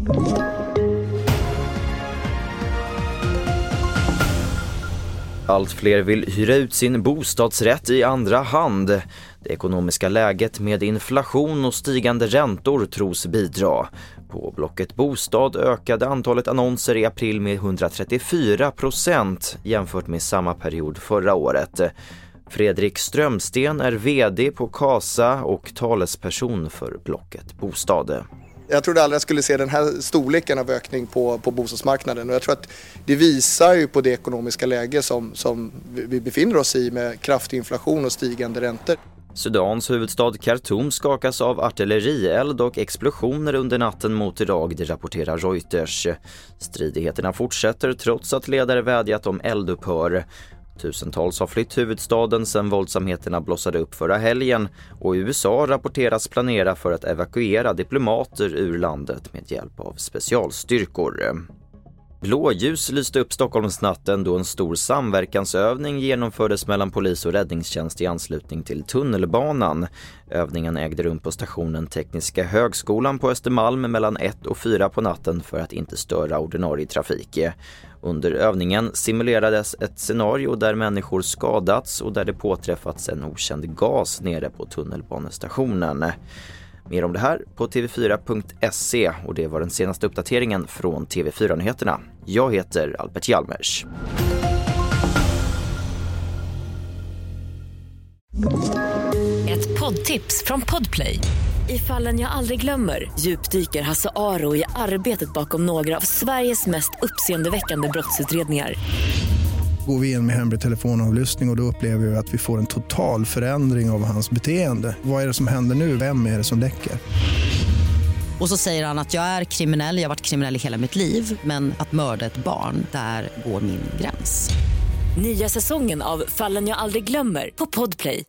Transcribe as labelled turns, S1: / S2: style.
S1: Allt fler vill hyra ut sin bostadsrätt i andra hand. Det ekonomiska läget med inflation och stigande räntor tros bidra. På Blocket Bostad ökade antalet annonser i april med 134% jämfört med samma period förra året. Fredrik Strömsten är vd på Casa och talesperson för Blocket Bostad.
S2: Jag trodde aldrig jag skulle se den här storleken av ökning på bostadsmarknaden, och jag tror att det visar ju på det ekonomiska läge som vi befinner oss i med kraftig inflation och stigande räntor.
S1: Sudans huvudstad Khartoum skakas av artillerield och explosioner under natten mot Irak, det rapporterar Reuters. Stridigheterna fortsätter trots att ledare vädjat om eldupphör. Tusentals har flytt huvudstaden sedan våldsamheterna blossade upp förra helgen, och USA rapporteras planera för att evakuera diplomater ur landet med hjälp av specialstyrkor. Blåljus lyste upp Stockholmsnatten då en stor samverkansövning genomfördes mellan polis och räddningstjänst i anslutning till tunnelbanan. Övningen ägde rum på stationen Tekniska högskolan på Östermalm mellan 1 och 4 på natten för att inte störa ordinarie trafik. Under övningen simulerades ett scenario där människor skadats och där det påträffats en okänd gas nere på tunnelbanestationen. Mer om det här på tv4.se, och det var den senaste uppdateringen från TV4-nyheterna. Jag heter Albert Hjalmers.
S3: Ett poddtips från Podplay. I Fallen jag aldrig glömmer djupdyker Hasse Aro i arbetet bakom några av Sveriges mest uppseendeväckande brottsutredningar.
S4: Går vi in med hemlig telefonavlyssning och då upplever vi att vi får en total förändring av hans beteende. Vad är det som händer nu? Vem är det som läcker?
S5: Och så säger han att jag är kriminell, jag har varit kriminell i hela mitt liv. Men att mörda ett barn, där går min gräns.
S3: Nya säsongen av Fallen jag aldrig glömmer på Podplay.